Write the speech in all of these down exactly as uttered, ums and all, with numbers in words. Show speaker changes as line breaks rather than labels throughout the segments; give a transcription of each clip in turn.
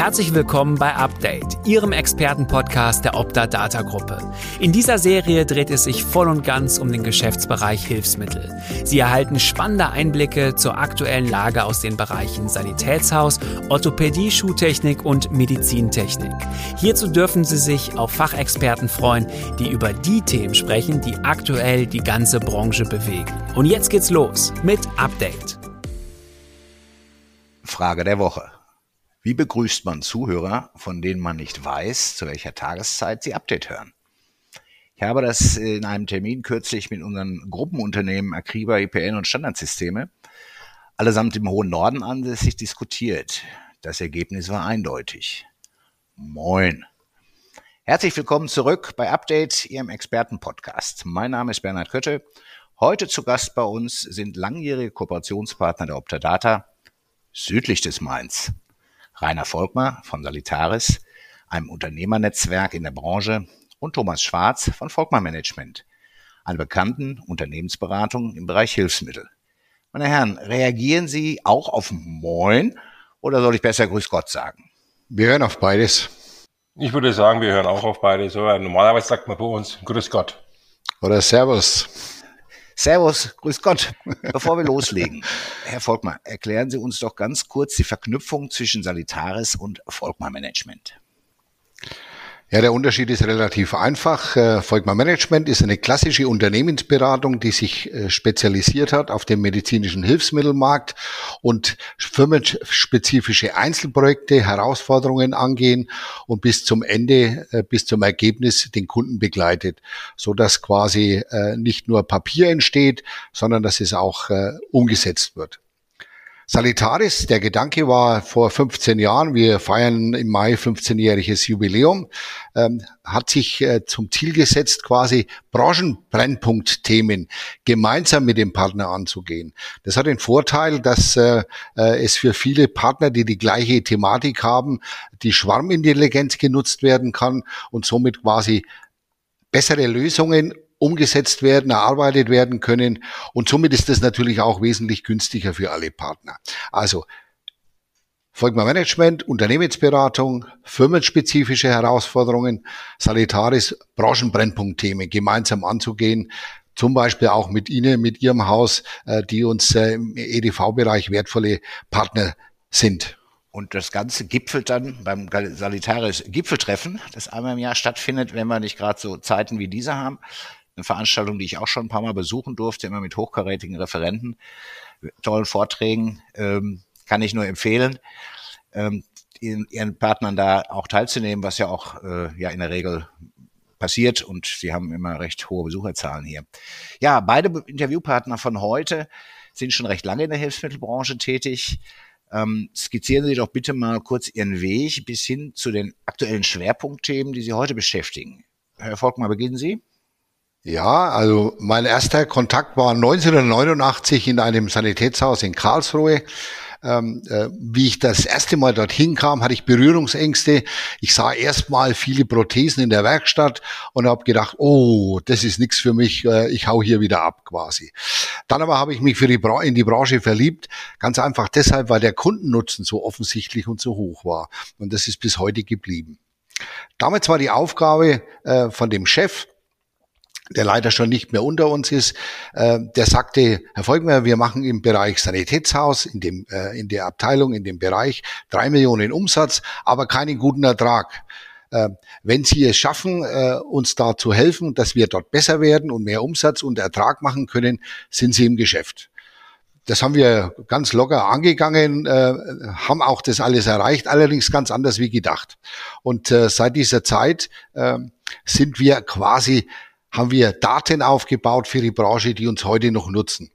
Herzlich willkommen bei Update, Ihrem Expertenpodcast der Opta Data Gruppe. In dieser Serie dreht es sich voll und ganz um den Geschäftsbereich Hilfsmittel. Sie erhalten spannende Einblicke zur aktuellen Lage aus den Bereichen Sanitätshaus, Orthopädie, Schuhtechnik und Medizintechnik. Hierzu dürfen Sie sich auf Fachexperten freuen, die über die Themen sprechen, die aktuell die ganze Branche bewegen. Und jetzt geht's los mit Update.
Frage der Woche. Wie begrüßt man Zuhörer, von denen man nicht weiß, zu welcher Tageszeit sie Update hören? Ich habe das in einem Termin kürzlich mit unseren Gruppenunternehmen Akriba, I P N und Standardsysteme, allesamt im hohen Norden ansässig, diskutiert. Das Ergebnis war eindeutig. Moin. Herzlich willkommen zurück bei Update, Ihrem Expertenpodcast. Mein Name ist Bernhard Kötte. Heute zu Gast bei uns sind langjährige Kooperationspartner der Opta Data südlich des Mains. Rainer Volkmar von Salitaris, einem Unternehmernetzwerk in der Branche, und Thomas Schwarz von Volkmar Management, einer bekannten Unternehmensberatung im Bereich Hilfsmittel. Meine Herren, reagieren Sie auch auf Moin oder soll ich besser Grüß Gott sagen?
Wir hören auf beides.
Ich würde sagen, wir hören auch auf beides. Normalerweise sagt man bei uns Grüß Gott.
Oder Servus.
Servus, grüß Gott. Bevor wir loslegen, Herr Volkmar, erklären Sie uns doch ganz kurz die Verknüpfung zwischen Salitaris und Volkmar Management.
Ja, der Unterschied ist relativ einfach. Volkmar Management ist eine klassische Unternehmensberatung, die sich spezialisiert hat auf den medizinischen Hilfsmittelmarkt und firmenspezifische Einzelprojekte, Herausforderungen angehen und bis zum Ende, bis zum Ergebnis den Kunden begleitet, so dass quasi nicht nur Papier entsteht, sondern dass es auch umgesetzt wird. Salitaris, der Gedanke war vor fünfzehn Jahren, wir feiern im Mai fünfzehnjähriges Jubiläum, ähm, hat sich äh, zum Ziel gesetzt, quasi Branchenbrennpunktthemen gemeinsam mit dem Partner anzugehen. Das hat den Vorteil, dass äh, es für viele Partner, die die gleiche Thematik haben, die Schwarmintelligenz genutzt werden kann und somit quasi bessere Lösungen umgesetzt werden, erarbeitet werden können, und somit ist das natürlich auch wesentlich günstiger für alle Partner. Also Volkmar Management, Unternehmensberatung, firmenspezifische Herausforderungen, Salitaris, Branchenbrennpunktthemen gemeinsam anzugehen, zum Beispiel auch mit Ihnen, mit Ihrem Haus, die uns im E D V-Bereich wertvolle Partner sind.
Und das Ganze gipfelt dann beim Salitaris Gipfeltreffen, das einmal im Jahr stattfindet, wenn wir nicht gerade so Zeiten wie diese haben. Eine Veranstaltung, die ich auch schon ein paar Mal besuchen durfte, immer mit hochkarätigen Referenten, tollen Vorträgen, ähm, kann ich nur empfehlen, ähm, ihren, ihren Partnern da auch teilzunehmen, was ja auch äh, ja in der Regel passiert, und sie haben immer recht hohe Besucherzahlen hier. Ja, beide Interviewpartner von heute sind schon recht lange in der Hilfsmittelbranche tätig. Ähm, skizzieren Sie doch bitte mal kurz Ihren Weg bis hin zu den aktuellen Schwerpunktthemen, die Sie heute beschäftigen. Herr Volkmar, beginnen Sie.
Ja, also mein erster Kontakt war neunzehnhundertneunundachtzig in einem Sanitätshaus in Karlsruhe. Ähm, äh, wie ich das erste Mal dorthin kam, hatte ich Berührungsängste. Ich sah erstmal viele Prothesen in der Werkstatt und habe gedacht, oh, das ist nichts für mich, äh, ich hau hier wieder ab quasi. Dann aber habe ich mich für die Bra- in die Branche verliebt, ganz einfach deshalb, weil der Kundennutzen so offensichtlich und so hoch war. Und das ist bis heute geblieben. Damals war die Aufgabe äh, von dem Chef, der leider schon nicht mehr unter uns ist, äh, der sagte, Herr Volkmar, wir machen im Bereich Sanitätshaus, in dem äh, in der Abteilung, in dem Bereich drei Millionen Umsatz, aber keinen guten Ertrag. Äh, wenn Sie es schaffen, äh, uns da zu helfen, dass wir dort besser werden und mehr Umsatz und Ertrag machen können, sind Sie im Geschäft. Das haben wir ganz locker angegangen, äh, haben auch das alles erreicht, allerdings ganz anders wie gedacht. Und äh, seit dieser Zeit äh, sind wir quasi haben wir Daten aufgebaut für die Branche, die uns heute noch nutzen.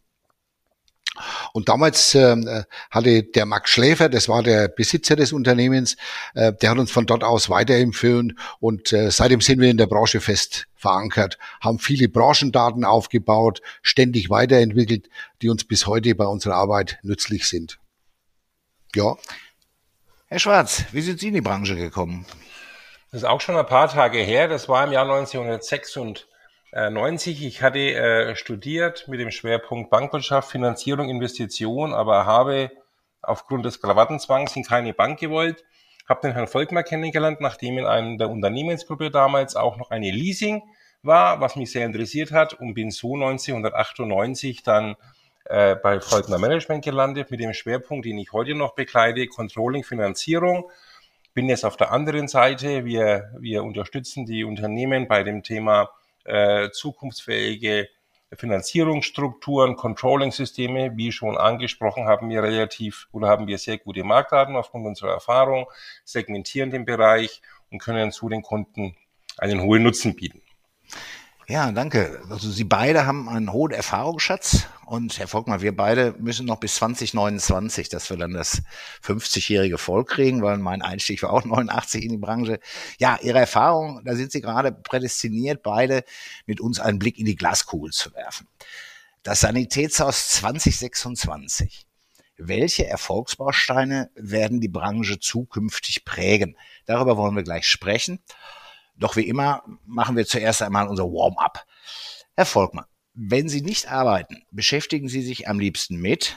Und damals äh, hatte der Max Schläfer, das war der Besitzer des Unternehmens, äh, der hat uns von dort aus weiterempfohlen, und äh, seitdem sind wir in der Branche fest verankert, haben viele Branchendaten aufgebaut, ständig weiterentwickelt, die uns bis heute bei unserer Arbeit nützlich sind. Ja.
Herr Schwarz, wie sind Sie in die Branche gekommen?
Das ist auch schon ein paar Tage her, das war im Jahr neunzehnhundertsechsundneunzig. Ich hatte äh, studiert mit dem Schwerpunkt Bankwirtschaft, Finanzierung, Investition, aber habe aufgrund des Krawattenzwangs in keine Bank gewollt, habe den Herrn Volkmar kennengelernt, nachdem in einem der Unternehmensgruppe damals auch noch eine Leasing war, was mich sehr interessiert hat, und bin so neunzehnhundertachtundneunzig dann äh, bei Volkmar Management gelandet mit dem Schwerpunkt, den ich heute noch bekleide, Controlling, Finanzierung. Bin jetzt auf der anderen Seite. Wir, wir unterstützen die Unternehmen bei dem Thema äh, zukunftsfähige Finanzierungsstrukturen, Controlling-Systeme. Wie schon angesprochen, haben wir relativ oder haben wir sehr gute Marktdaten aufgrund unserer Erfahrung, segmentieren den Bereich und können so den Kunden einen hohen Nutzen bieten.
Ja, danke. Also Sie beide haben einen hohen Erfahrungsschatz und Herr Volkmar, wir beide müssen noch bis zwanzig neunundzwanzig, dass wir dann das fünfzigjährige voll kriegen, weil mein Einstieg war auch neunundachtzig in die Branche. Ja, Ihre Erfahrung, da sind Sie gerade prädestiniert, beide mit uns einen Blick in die Glaskugel zu werfen. Das Sanitätshaus zwanzig sechsundzwanzig. Welche Erfolgsbausteine werden die Branche zukünftig prägen? Darüber wollen wir gleich sprechen. Doch wie immer machen wir zuerst einmal unser Warm-up. Herr Volkmar, wenn Sie nicht arbeiten, beschäftigen Sie sich am liebsten mit?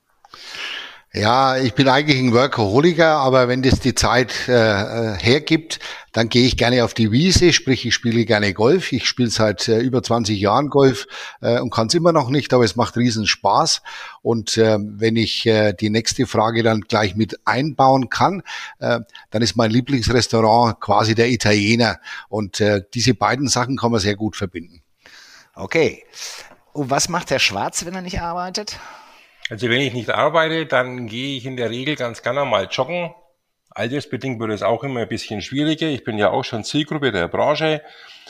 Ja, ich bin eigentlich ein Workaholiker, aber wenn das die Zeit äh, hergibt, dann gehe ich gerne auf die Wiese, sprich ich spiele gerne Golf. Ich spiele seit äh, über zwanzig Jahren Golf äh, und kann es immer noch nicht, aber es macht riesen Spaß. Und äh, wenn ich äh, die nächste Frage dann gleich mit einbauen kann, äh, dann ist mein Lieblingsrestaurant quasi der Italiener. Und äh, diese beiden Sachen kann man sehr gut verbinden.
Okay. Und was macht Herr Schwarz, wenn er nicht arbeitet?
Also wenn ich nicht arbeite, dann gehe ich in der Regel ganz gerne mal joggen. Altersbedingt wird es auch immer ein bisschen schwieriger. Ich bin ja auch schon Zielgruppe der Branche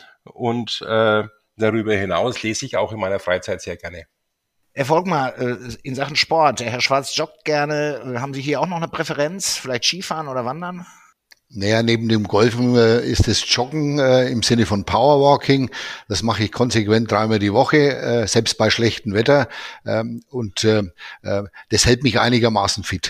und äh, darüber hinaus lese ich auch in meiner Freizeit sehr gerne.
Herr Volkmar, in Sachen Sport, der Herr Schwarz joggt gerne. Haben Sie hier auch noch eine Präferenz? Vielleicht Skifahren oder Wandern?
Naja, neben dem Golfen äh, ist das Joggen äh, im Sinne von Powerwalking. Das mache ich konsequent dreimal die Woche, äh, selbst bei schlechtem Wetter. Ähm, und äh, äh, das hält mich einigermaßen fit.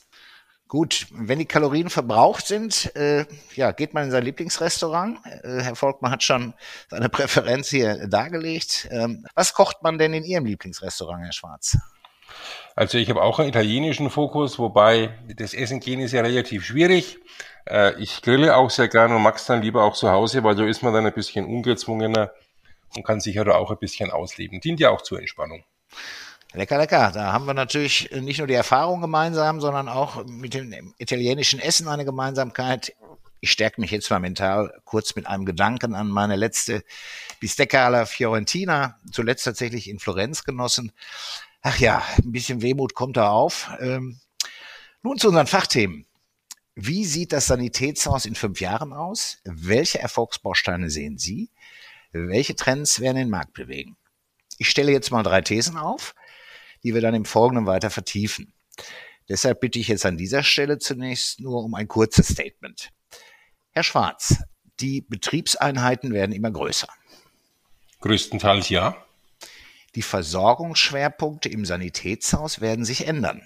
Gut, wenn die Kalorien verbraucht sind, äh, ja, geht man in sein Lieblingsrestaurant. Äh, Herr Volkmar hat schon seine Präferenz hier dargelegt. Ähm, was kocht man denn in Ihrem Lieblingsrestaurant, Herr Schwarz?
Also ich habe auch einen italienischen Fokus, wobei das Essen gehen ist ja relativ schwierig. Äh, ich grille auch sehr gerne und mag es dann lieber auch zu Hause, weil so ist man dann ein bisschen ungezwungener und kann sich ja auch ein bisschen ausleben. Dient ja auch zur Entspannung.
Lecker, lecker. Da haben wir natürlich nicht nur die Erfahrung gemeinsam, sondern auch mit dem italienischen Essen eine Gemeinsamkeit. Ich stärke mich jetzt mal mental kurz mit einem Gedanken an meine letzte Bistecca alla Fiorentina, zuletzt tatsächlich in Florenz genossen. Ach ja, ein bisschen Wehmut kommt da auf. Ähm, nun zu unseren Fachthemen. Wie sieht das Sanitätshaus in fünf Jahren aus? Welche Erfolgsbausteine sehen Sie? Welche Trends werden den Markt bewegen? Ich stelle jetzt mal drei Thesen auf, die wir dann im Folgenden weiter vertiefen. Deshalb bitte ich jetzt an dieser Stelle zunächst nur um ein kurzes Statement. Herr Schwarz, die Betriebseinheiten werden immer größer.
Größtenteils ja.
Die Versorgungsschwerpunkte im Sanitätshaus werden sich ändern.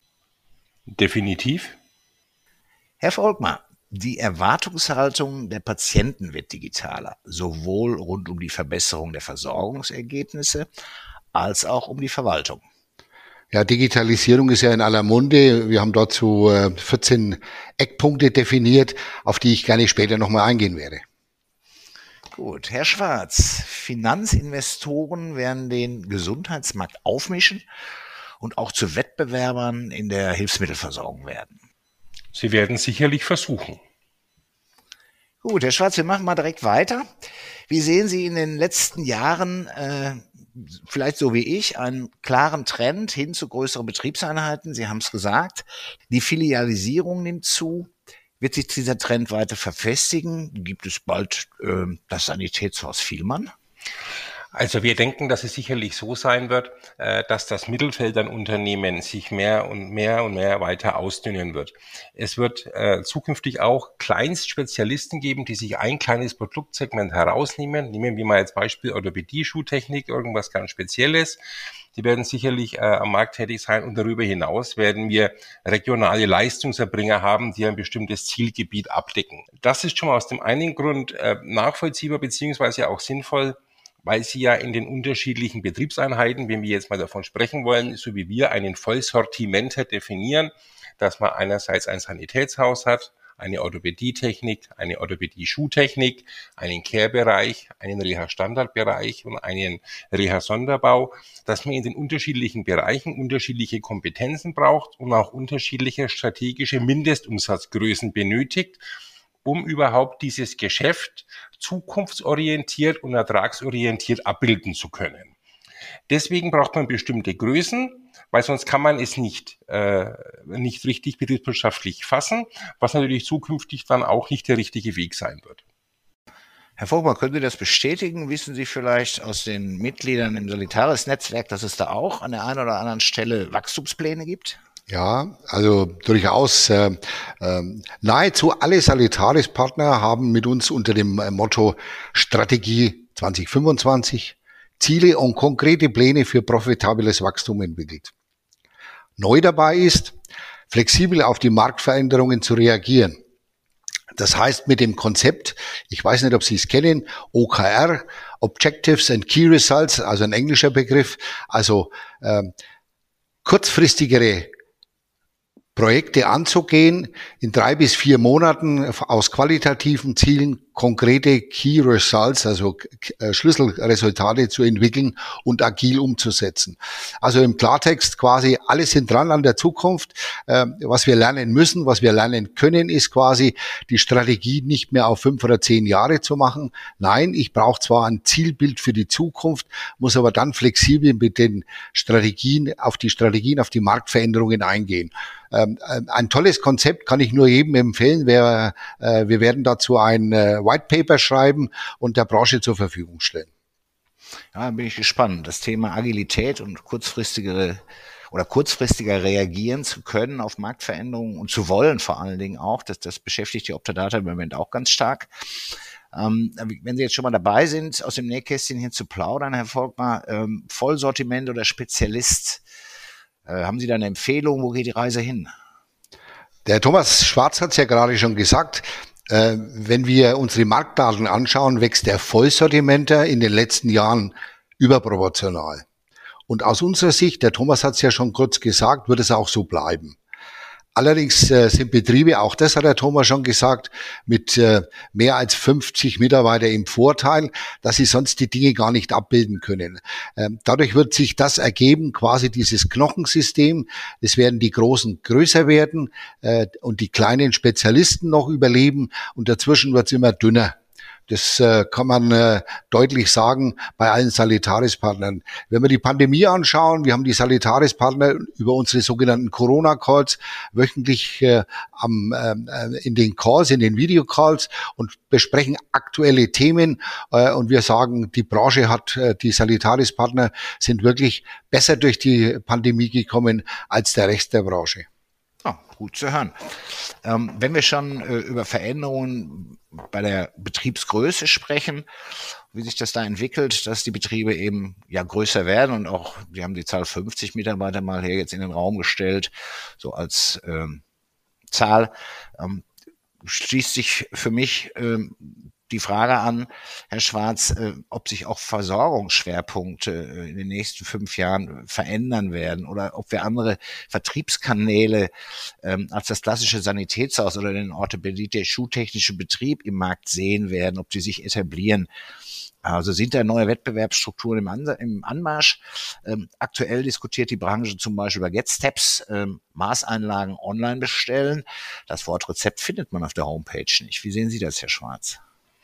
Definitiv.
Herr Volkmar, die Erwartungshaltung der Patienten wird digitaler, sowohl rund um die Verbesserung der Versorgungsergebnisse als auch um die Verwaltung.
Ja, Digitalisierung ist ja in aller Munde. Wir haben dazu vierzehn Eckpunkte definiert, auf die ich gerne später nochmal eingehen werde.
Gut, Herr Schwarz, Finanzinvestoren werden den Gesundheitsmarkt aufmischen und auch zu Wettbewerbern in der Hilfsmittelversorgung werden.
Sie werden sicherlich versuchen.
Gut, Herr Schwarz, wir machen mal direkt weiter. Wie sehen Sie in den letzten Jahren, äh, vielleicht so wie ich, einen klaren Trend hin zu größeren Betriebseinheiten? Sie haben es gesagt, die Filialisierung nimmt zu. Wird sich dieser Trend weiter verfestigen? Gibt es bald äh, das Sanitätshaus Vielmann?
Also wir denken, dass es sicherlich so sein wird, äh, dass das Mittelfeld an Unternehmen sich mehr und mehr und mehr weiter ausdünnen wird. Es wird äh, zukünftig auch Kleinstspezialisten geben, die sich ein kleines Produktsegment herausnehmen. Nehmen wir mal als Beispiel Orthopädie-Schuhtechnik, irgendwas ganz Spezielles. Die werden sicherlich äh, am Markt tätig sein und darüber hinaus werden wir regionale Leistungserbringer haben, die ein bestimmtes Zielgebiet abdecken. Das ist schon mal aus dem einen Grund äh, nachvollziehbar beziehungsweise auch sinnvoll, weil sie ja in den unterschiedlichen Betriebseinheiten, wenn wir jetzt mal davon sprechen wollen, so wie wir einen Vollsortimenter definieren, dass man einerseits ein Sanitätshaus hat, eine Orthopädietechnik, eine Orthopädie-Schuhtechnik, einen Care-Bereich, einen Reha-Standardbereich und einen Reha-Sonderbau, dass man in den unterschiedlichen Bereichen unterschiedliche Kompetenzen braucht und auch unterschiedliche strategische Mindestumsatzgrößen benötigt, um überhaupt dieses Geschäft zukunftsorientiert und ertragsorientiert abbilden zu können. Deswegen braucht man bestimmte Größen, weil sonst kann man es nicht, äh, nicht richtig betriebswirtschaftlich fassen, was natürlich zukünftig dann auch nicht der richtige Weg sein wird.
Herr Vogtmann, können Sie das bestätigen? Wissen Sie vielleicht aus den Mitgliedern im Solitaris-Netzwerk, dass es da auch an der einen oder anderen Stelle Wachstumspläne gibt?
Ja, also durchaus. Äh, äh, nahezu alle Solitaris-Partner haben mit uns unter dem Motto Strategie zwanzig fünfundzwanzig Ziele und konkrete Pläne für profitables Wachstum entwickelt. Neu dabei ist, flexibel auf die Marktveränderungen zu reagieren. Das heißt mit dem Konzept, ich weiß nicht, ob Sie es kennen, O K R, Objectives and Key Results, also ein englischer Begriff, also äh, kurzfristigere Projekte anzugehen, in drei bis vier Monaten aus qualitativen Zielen konkrete Key Results, also Schlüsselresultate zu entwickeln und agil umzusetzen. Also im Klartext quasi, alles sind dran an der Zukunft. Was wir lernen müssen, was wir lernen können, ist quasi die Strategie nicht mehr auf fünf oder zehn Jahre zu machen. Nein, ich brauche zwar ein Zielbild für die Zukunft, muss aber dann flexibel mit den Strategien, auf die Strategien, auf die Marktveränderungen eingehen. Ein tolles Konzept, kann ich nur jedem empfehlen. Wir, wir werden dazu ein White Paper schreiben und der Branche zur Verfügung stellen.
Ja, bin ich gespannt. Das Thema Agilität und kurzfristigere oder kurzfristiger reagieren zu können auf Marktveränderungen und zu wollen vor allen Dingen auch, das, das beschäftigt die Optadata im Moment auch ganz stark. Ähm, wenn Sie jetzt schon mal dabei sind, aus dem Nähkästchen hin zu plaudern, Herr Volkmar, ähm, Vollsortiment oder Spezialist, äh, haben Sie da eine Empfehlung, wo geht die Reise hin?
Der Thomas Schwarz hat es ja gerade schon gesagt, äh, wenn wir unsere Marktdaten anschauen, wächst der Vollsortimenter in den letzten Jahren überproportional. Und aus unserer Sicht, der Thomas hat es ja schon kurz gesagt, wird es auch so bleiben. Allerdings äh, sind Betriebe, auch das hat der Thomas schon gesagt, mit äh, mehr als fünfzig Mitarbeiter im Vorteil, dass sie sonst die Dinge gar nicht abbilden können. Ähm, dadurch wird sich das ergeben, quasi dieses Knochensystem. Es werden die Großen größer werden äh, und die kleinen Spezialisten noch überleben und dazwischen wird es immer dünner. Das äh, kann man äh, deutlich sagen bei allen Solitaris-Partnern. Wenn wir die Pandemie anschauen, wir haben die Solitaris-Partner über unsere sogenannten Corona-Calls wöchentlich äh, am, äh, in den Calls, in den Videocalls und besprechen aktuelle Themen. Äh, und wir sagen, die Branche hat, äh, die Solitaris-Partner sind wirklich besser durch die Pandemie gekommen als der Rest der Branche.
Oh, gut zu hören. Ähm, wenn wir schon äh, über Veränderungen bei der Betriebsgröße sprechen, wie sich das da entwickelt, dass die Betriebe eben ja größer werden und auch, die haben die Zahl fünfzig Mitarbeiter mal hier jetzt in den Raum gestellt, so als ähm, Zahl, ähm, schließt sich für mich ähm, die Frage an, Herr Schwarz, äh, ob sich auch Versorgungsschwerpunkte äh, in den nächsten fünf Jahren verändern werden oder ob wir andere Vertriebskanäle ähm, als das klassische Sanitätshaus oder den Orthopädie, der schuhtechnische Betrieb im Markt sehen werden, ob die sich etablieren. Also sind da neue Wettbewerbsstrukturen im, An- im Anmarsch. Ähm, aktuell diskutiert die Branche zum Beispiel über GetSteps, ähm, Maßeinlagen online bestellen. Das Wort Rezept findet man auf der Homepage nicht. Wie sehen Sie das, Herr Schwarz?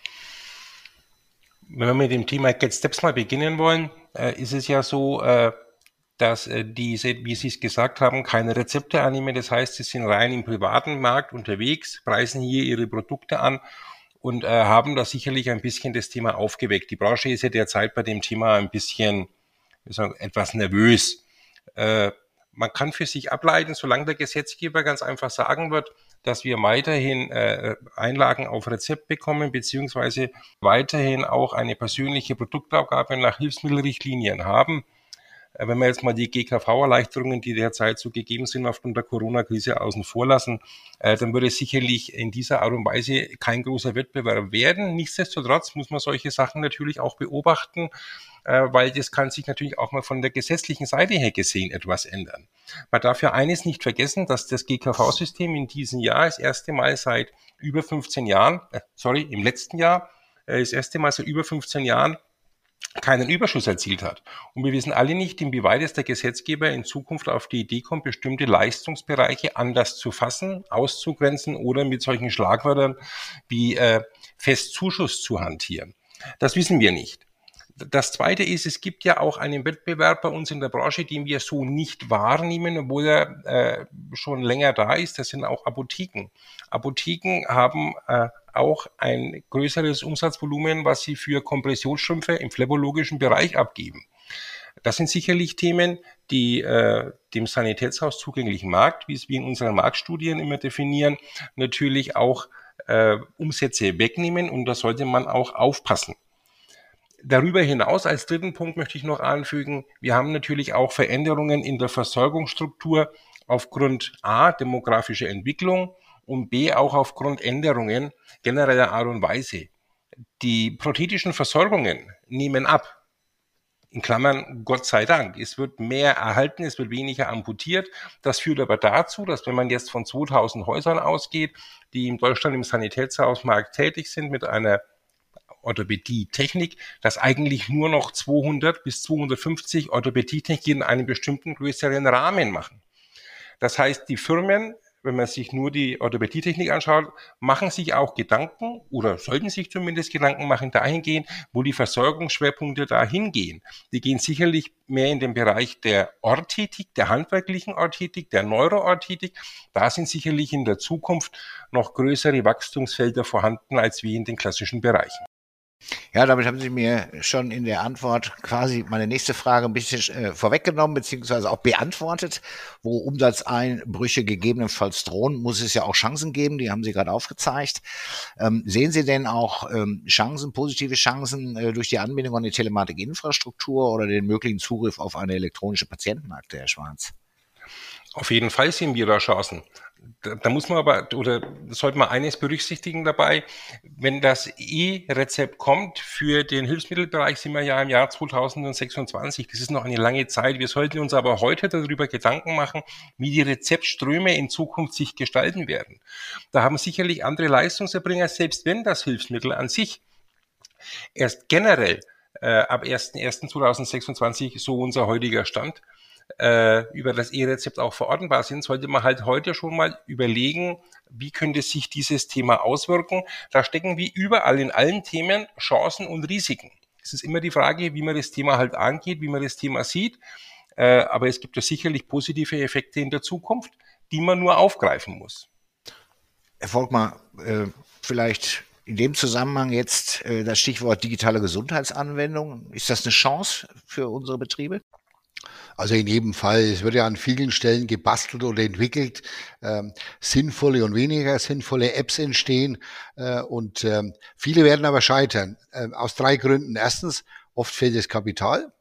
Wenn wir mit dem Thema GetSteps mal beginnen wollen, äh, ist es ja so, äh, dass äh, diese, wie Sie es gesagt haben, keine Rezepte annehmen. Das heißt, sie sind rein im privaten Markt unterwegs, preisen hier ihre Produkte an und äh, haben da sicherlich ein bisschen das Thema aufgeweckt. Die Branche ist ja derzeit bei dem Thema ein bisschen, wie sagen, etwas nervös. Äh, man kann für sich ableiten, solange der Gesetzgeber ganz einfach sagen wird, dass wir weiterhin äh, Einlagen auf Rezept bekommen, beziehungsweise weiterhin auch eine persönliche Produktabgabe nach Hilfsmittelrichtlinien haben, Wenn wir jetzt mal die G K V-Erleichterungen, die derzeit so gegeben sind aufgrund der Corona-Krise, außen vor lassen, dann würde es sicherlich in dieser Art und Weise kein großer Wettbewerb werden. Nichtsdestotrotz muss man solche Sachen natürlich auch beobachten, weil das kann sich natürlich auch mal von der gesetzlichen Seite her gesehen etwas ändern. Man darf ja eines nicht vergessen, dass das G K V-System in diesem Jahr das erste Mal seit über fünfzehn Jahren, äh, sorry, im letzten Jahr, äh, das erste Mal seit über fünfzehn Jahren keinen Überschuss erzielt hat. Und wir wissen alle nicht, inwieweit es der Gesetzgeber in Zukunft auf die Idee kommt, bestimmte Leistungsbereiche anders zu fassen, auszugrenzen oder mit solchen Schlagwörtern wie äh, Festzuschuss zu hantieren. Das wissen wir nicht. Das Zweite ist, es gibt ja auch einen Wettbewerb bei uns in der Branche, den wir so nicht wahrnehmen, obwohl er äh, schon länger da ist. Das sind auch Apotheken. Apotheken haben äh, auch ein größeres Umsatzvolumen, was sie für Kompressionsstrümpfe im phlebologischen Bereich abgeben. Das sind sicherlich Themen, die äh, dem Sanitätshaus zugänglichen Markt, wie es wir in unseren Marktstudien immer definieren, natürlich auch äh, Umsätze wegnehmen, und da sollte man auch aufpassen. Darüber hinaus, als dritten Punkt möchte ich noch anfügen, wir haben natürlich auch Veränderungen in der Versorgungsstruktur aufgrund A, demografischer Entwicklung, und B, auch aufgrund Änderungen genereller Art und Weise. Die prothetischen Versorgungen nehmen ab. In Klammern, Gott sei Dank. Es wird mehr erhalten, es wird weniger amputiert. Das führt aber dazu, dass, wenn man jetzt von zweitausend Häusern ausgeht, die in Deutschland im Sanitätshausmarkt tätig sind mit einer Orthopädie-Technik, dass eigentlich nur noch zweihundert bis zweihundertfünfzig Orthopädie-Techniken in einem bestimmten größeren Rahmen machen. Das heißt, die Firmen, wenn man sich nur die Orthopädie-Technik anschaut, machen sich auch Gedanken oder sollten sich zumindest Gedanken machen dahingehend, wo die Versorgungsschwerpunkte dahin gehen. Die gehen sicherlich mehr in den Bereich der Orthetik, der handwerklichen Orthetik, der Neuroorthetik. Da sind sicherlich in der Zukunft noch größere Wachstumsfelder vorhanden als wie in den klassischen Bereichen.
Ja, damit haben Sie mir schon in der Antwort quasi meine nächste Frage ein bisschen äh, vorweggenommen, beziehungsweise auch beantwortet. Wo Umsatzeinbrüche gegebenenfalls drohen, muss es ja auch Chancen geben, die haben Sie gerade aufgezeigt. Ähm, sehen Sie denn auch ähm, Chancen, positive Chancen äh, durch die Anbindung an die Telematikinfrastruktur oder den möglichen Zugriff auf eine elektronische Patientenakte, Herr Schwarz?
Auf jeden Fall sehen wir da Chancen. Da, da muss man aber, oder sollte man eines berücksichtigen dabei, wenn das E-Rezept kommt für den Hilfsmittelbereich, sind wir ja im Jahr zweitausendsechsundzwanzig. Das ist noch eine lange Zeit. Wir sollten uns aber heute darüber Gedanken machen, wie die Rezeptströme in Zukunft sich gestalten werden. Da haben sicherlich andere Leistungserbringer, selbst wenn das Hilfsmittel an sich erst generell äh, ab erster erster zweitausendsechsundzwanzig, so unser heutiger Stand, über das E-Rezept auch verordnbar sind, sollte man halt heute schon mal überlegen, wie könnte sich dieses Thema auswirken. Da stecken wie überall in allen Themen Chancen und Risiken. Es ist immer die Frage, wie man das Thema halt angeht, wie man das Thema sieht. Aber es gibt ja sicherlich positive Effekte in der Zukunft, die man nur aufgreifen muss.
Herr Volkmar, vielleicht in dem Zusammenhang jetzt das Stichwort digitale Gesundheitsanwendung. Ist das eine Chance für unsere Betriebe?
Also in jedem Fall, es wird ja an vielen Stellen gebastelt oder entwickelt, ähm, sinnvolle und weniger sinnvolle Apps entstehen äh, und ähm, viele werden aber scheitern, äh, aus drei Gründen. Erstens, oft fehlt das Kapital.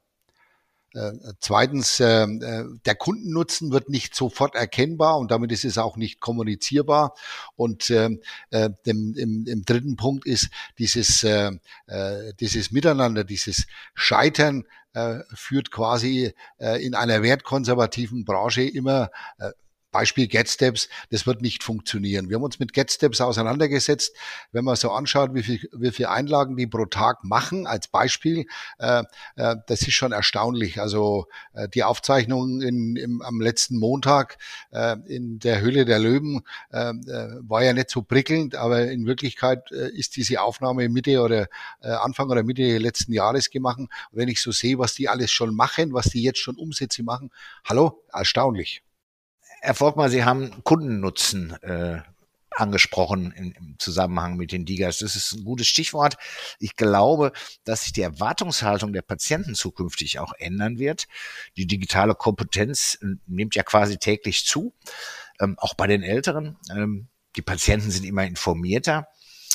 Äh, zweitens, äh, der Kundennutzen wird nicht sofort erkennbar und damit ist es auch nicht kommunizierbar. Und äh, äh, dem, im, im dritten Punkt ist dieses, äh, äh, dieses Miteinander, dieses Scheitern äh, führt quasi äh, in einer wertkonservativen Branche immer äh, Beispiel GetSteps, das wird nicht funktionieren. Wir haben uns mit GetSteps auseinandergesetzt. Wenn man so anschaut, wie viel, wie viel Einlagen die pro Tag machen, als Beispiel, äh, äh, das ist schon erstaunlich. Also äh, die Aufzeichnung in, im, am letzten Montag äh, in der Höhle der Löwen äh, war ja nicht so prickelnd, aber in Wirklichkeit äh, ist diese Aufnahme Mitte oder äh, Anfang oder Mitte letzten Jahres gemacht. Und wenn ich so sehe, was die alles schon machen, was die jetzt schon Umsätze machen, hallo, erstaunlich.
Herr Volkmar, Sie haben Kundennutzen äh, angesprochen in, im Zusammenhang mit den DIGAs. Das ist ein gutes Stichwort. Ich glaube, dass sich die Erwartungshaltung der Patienten zukünftig auch ändern wird. Die digitale Kompetenz äh, nimmt ja quasi täglich zu, ähm, auch bei den Älteren. Ähm, die Patienten sind immer informierter.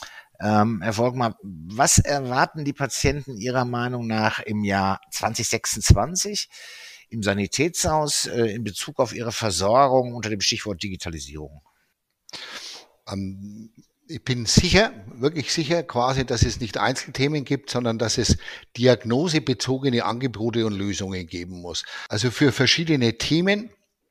Ähm, Herr Volkmar, was erwarten die Patienten Ihrer Meinung nach im Jahr zwanzig sechsundzwanzig? im Sanitätshaus äh, in Bezug auf Ihre Versorgung unter dem Stichwort Digitalisierung?
Ähm, ich bin sicher, wirklich sicher quasi, dass es nicht Einzelthemen gibt, sondern dass es diagnosebezogene Angebote und Lösungen geben muss. Also für verschiedene Themen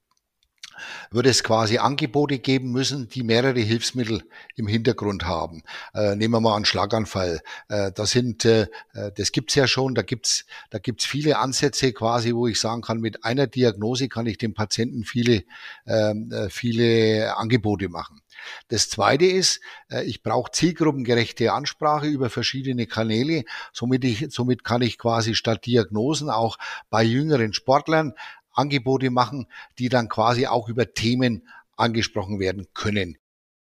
würde es quasi Angebote geben müssen, die mehrere Hilfsmittel im Hintergrund haben. Äh, nehmen wir mal einen Schlaganfall. Äh, das sind, äh, das gibt's ja schon. Da gibt's, da gibt's viele Ansätze quasi, wo ich sagen kann, mit einer Diagnose kann ich dem Patienten viele, äh, viele Angebote machen. Das Zweite ist, äh, ich brauche zielgruppengerechte Ansprache über verschiedene Kanäle. Somit ich, somit kann ich quasi statt Diagnosen auch bei jüngeren Sportlern Angebote machen, die dann quasi auch über Themen angesprochen werden können.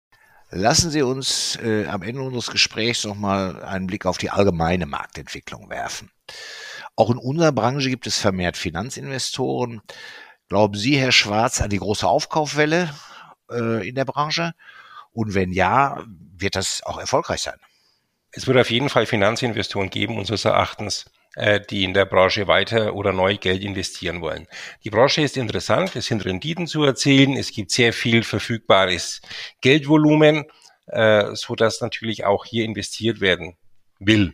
Lassen Sie uns äh, am Ende unseres Gesprächs nochmal einen Blick auf die allgemeine Marktentwicklung werfen. Auch in unserer Branche gibt es vermehrt Finanzinvestoren. Glauben Sie, Herr Schwarz, an die große Aufkaufwelle äh, in der Branche? Und wenn ja, wird das auch erfolgreich sein?
Es wird auf jeden Fall Finanzinvestoren geben, unseres Erachtens, die in der Branche weiter oder neu Geld investieren wollen. Die Branche ist interessant, es sind Renditen zu erzielen, es gibt sehr viel verfügbares Geldvolumen, äh, so dass natürlich auch hier investiert werden will.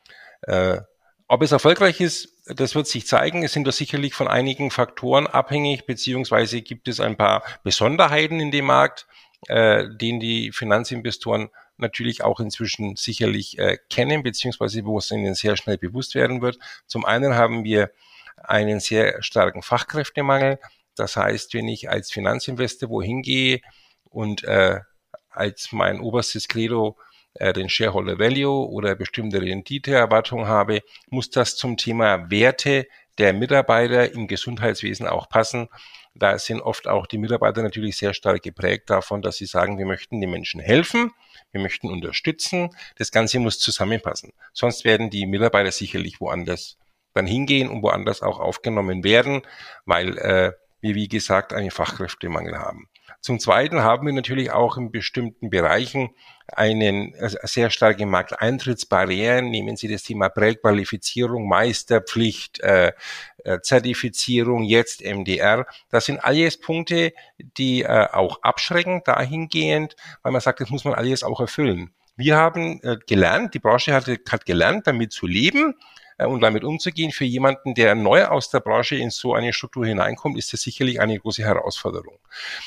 Äh, ob es erfolgreich ist, das wird sich zeigen. Es sind da sicherlich von einigen Faktoren abhängig, beziehungsweise gibt es ein paar Besonderheiten in dem Markt, äh, den die Finanzinvestoren natürlich auch inzwischen sicherlich äh, kennen, beziehungsweise wo es ihnen sehr schnell bewusst werden wird. Zum einen haben wir einen sehr starken Fachkräftemangel. Das heißt, wenn ich als Finanzinvestor wohin gehe und äh, als mein oberstes Credo äh, den Shareholder Value oder bestimmte Renditeerwartung habe, muss das zum Thema Werte der Mitarbeiter im Gesundheitswesen auch passen. Da sind oft auch die Mitarbeiter natürlich sehr stark geprägt davon, dass sie sagen, wir möchten den Menschen helfen, wir möchten unterstützen. Das Ganze muss zusammenpassen. Sonst werden die Mitarbeiter sicherlich woanders dann hingehen und woanders auch aufgenommen werden, weil äh, wir, wie gesagt, einen Fachkräftemangel haben. Zum Zweiten haben wir natürlich auch in bestimmten Bereichen einen also sehr starke Markteintrittsbarrieren. Nehmen Sie das Thema Präqualifizierung, Meisterpflicht, äh, äh, Zertifizierung, jetzt M D R. Das sind alles Punkte, die äh, auch abschrecken dahingehend, weil man sagt, das muss man alles auch erfüllen. Wir haben äh, gelernt, die Branche hat, hat gelernt, damit zu leben äh, und damit umzugehen. Für jemanden, der neu aus der Branche in so eine Struktur hineinkommt, ist das sicherlich eine große Herausforderung.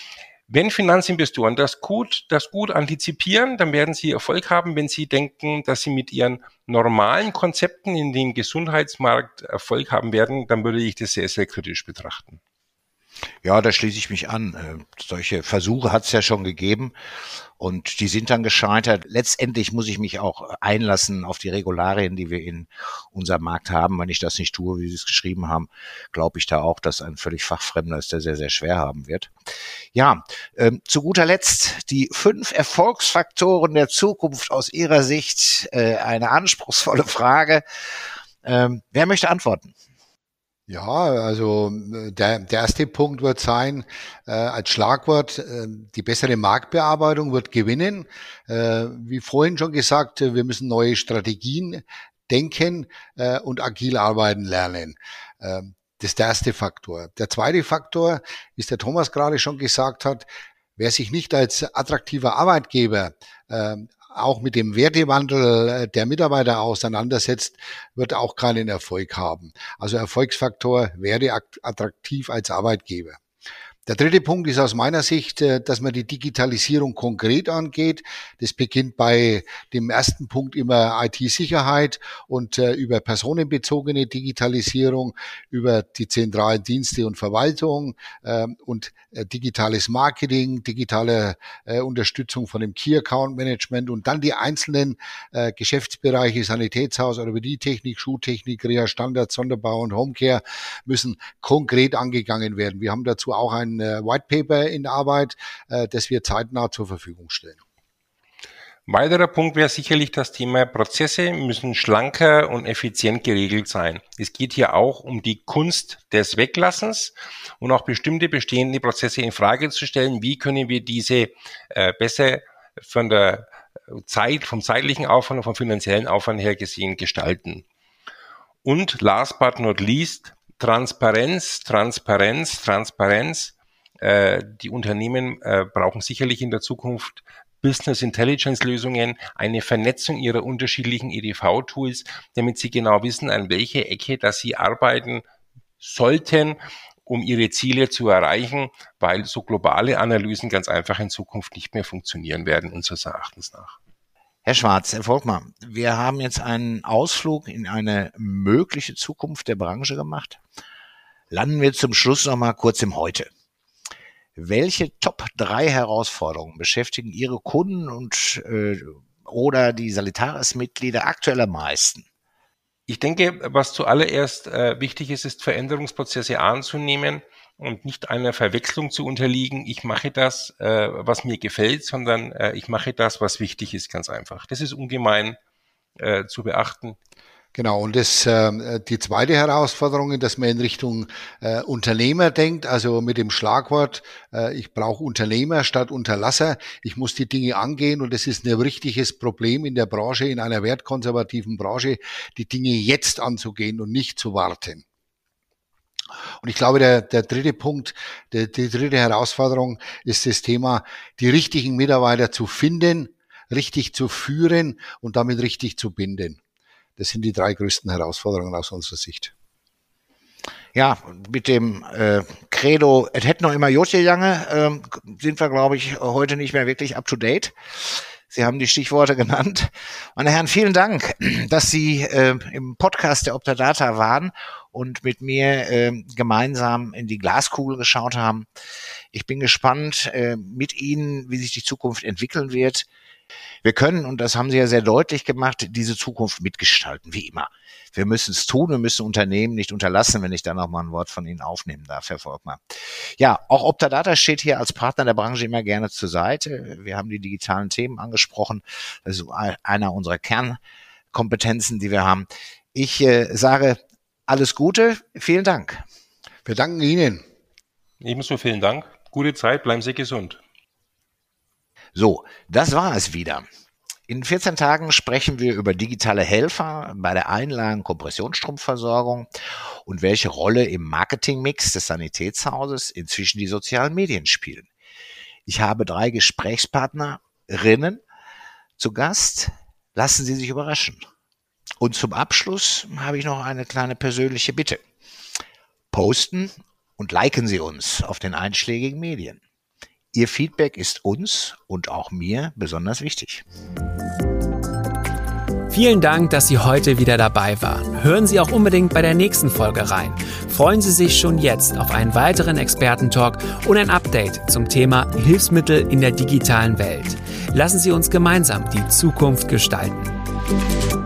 Wenn Finanzinvestoren das gut, das gut antizipieren, dann werden sie Erfolg haben. Wenn sie denken, dass sie mit ihren normalen Konzepten in dem Gesundheitsmarkt Erfolg haben werden, dann würde ich das sehr, sehr kritisch betrachten.
Ja, da schließe ich mich an. Solche Versuche hat es ja schon gegeben und die sind dann gescheitert. Letztendlich muss ich mich auch einlassen auf die Regularien, die wir in unserem Markt haben. Wenn ich das nicht tue, wie Sie es geschrieben haben, glaube ich da auch, dass ein völlig Fachfremder es der sehr, sehr schwer haben wird. Ja, ähm, zu guter Letzt die fünf Erfolgsfaktoren der Zukunft aus Ihrer Sicht. Äh, eine anspruchsvolle Frage. Ähm, wer möchte antworten?
Ja, also der, der erste Punkt wird sein, äh, als Schlagwort, äh, die bessere Marktbearbeitung wird gewinnen. Äh, wie vorhin schon gesagt, wir müssen neue Strategien denken äh, und agil arbeiten lernen. Äh, das ist der erste Faktor. Der zweite Faktor, wie es der Thomas gerade schon gesagt hat, wer sich nicht als attraktiver Arbeitgeber äh, auch mit dem Wertewandel der Mitarbeiter auseinandersetzt, wird auch keinen Erfolg haben. Also Erfolgsfaktor wäre attraktiv als Arbeitgeber. Der dritte Punkt ist aus meiner Sicht, dass man die Digitalisierung konkret angeht. Das beginnt bei dem ersten Punkt immer I T-Sicherheit und über personenbezogene Digitalisierung, über die zentralen Dienste und Verwaltung und digitales Marketing, digitale Unterstützung von dem Key Account Management und dann die einzelnen Geschäftsbereiche, Sanitätshaus, Orthopädietechnik, Schuhtechnik, Reha Standard, Sonderbau und Homecare müssen konkret angegangen werden. Wir haben dazu auch ein White Paper in Arbeit, das wir zeitnah zur Verfügung stellen.
Weiterer Punkt wäre sicherlich das Thema Prozesse müssen schlanker und effizient geregelt sein. Es geht hier auch um die Kunst des Weglassens und auch bestimmte bestehende Prozesse in Frage zu stellen. Wie können wir diese äh, besser von der Zeit, vom zeitlichen Aufwand und vom finanziellen Aufwand her gesehen gestalten? Und last but not least, Transparenz, Transparenz, Transparenz. Äh, die Unternehmen äh, brauchen sicherlich in der Zukunft Business Intelligence Lösungen, eine Vernetzung ihrer unterschiedlichen E D V-Tools, damit sie genau wissen, an welche Ecke, dass sie arbeiten sollten, um ihre Ziele zu erreichen, weil so globale Analysen ganz einfach in Zukunft nicht mehr funktionieren werden, unseres Erachtens nach.
Herr Schwarz, Herr Volkmar, wir haben jetzt einen Ausflug in eine mögliche Zukunft der Branche gemacht. Landen wir zum Schluss noch mal kurz im Heute. Welche Top drei Herausforderungen beschäftigen Ihre Kunden und äh, oder die Salitaris-Mitglieder aktuell am meisten?
Ich denke, was zuallererst äh, wichtig ist, ist Veränderungsprozesse anzunehmen und nicht einer Verwechslung zu unterliegen. Ich mache das, äh, was mir gefällt, sondern äh, ich mache das, was wichtig ist, ganz einfach. Das ist ungemein äh, zu beachten.
Genau, und das äh, die zweite Herausforderung, dass man in Richtung äh, Unternehmer denkt, also mit dem Schlagwort, äh, ich brauche Unternehmer statt Unterlasser, ich muss die Dinge angehen und das ist ein richtiges Problem in der Branche, in einer wertkonservativen Branche, die Dinge jetzt anzugehen und nicht zu warten. Und ich glaube, der, der dritte Punkt, der, die dritte Herausforderung ist das Thema, die richtigen Mitarbeiter zu finden, richtig zu führen und damit richtig zu binden. Das sind die drei größten Herausforderungen aus unserer Sicht.
Ja, mit dem äh, Credo, es hätte noch immer Jotje Jange, ähm, sind wir, glaube ich, heute nicht mehr wirklich up to date. Sie haben die Stichworte genannt. Meine Herren, vielen Dank, dass Sie äh, im Podcast der Optadata waren und mit mir äh, gemeinsam in die Glaskugel geschaut haben. Ich bin gespannt äh, mit Ihnen, wie sich die Zukunft entwickeln wird. Wir können, und das haben Sie ja sehr deutlich gemacht, diese Zukunft mitgestalten, wie immer. Wir müssen es tun, wir müssen Unternehmen nicht unterlassen, wenn ich da noch mal ein Wort von Ihnen aufnehmen darf, Herr Volkmar. Ja, auch Optadata steht hier als Partner der Branche immer gerne zur Seite. Wir haben die digitalen Themen angesprochen. Das ist einer unserer Kernkompetenzen, die wir haben. Ich äh, sage alles Gute, vielen Dank.
Wir danken Ihnen.
Ebenso vielen Dank. Gute Zeit, bleiben Sie gesund.
So, das war es wieder. In vierzehn Tagen sprechen wir über digitale Helfer bei der Einlagen-Kompressionsstromversorgung und welche Rolle im Marketingmix des Sanitätshauses inzwischen die sozialen Medien spielen. Ich habe drei Gesprächspartnerinnen zu Gast. Lassen Sie sich überraschen. Und zum Abschluss habe ich noch eine kleine persönliche Bitte. Posten und liken Sie uns auf den einschlägigen Medien. Ihr Feedback ist uns und auch mir besonders wichtig.
Vielen Dank, dass Sie heute wieder dabei waren. Hören Sie auch unbedingt bei der nächsten Folge rein. Freuen Sie sich schon jetzt auf einen weiteren Expertentalk und ein Update zum Thema Hilfsmittel in der digitalen Welt. Lassen Sie uns gemeinsam die Zukunft gestalten.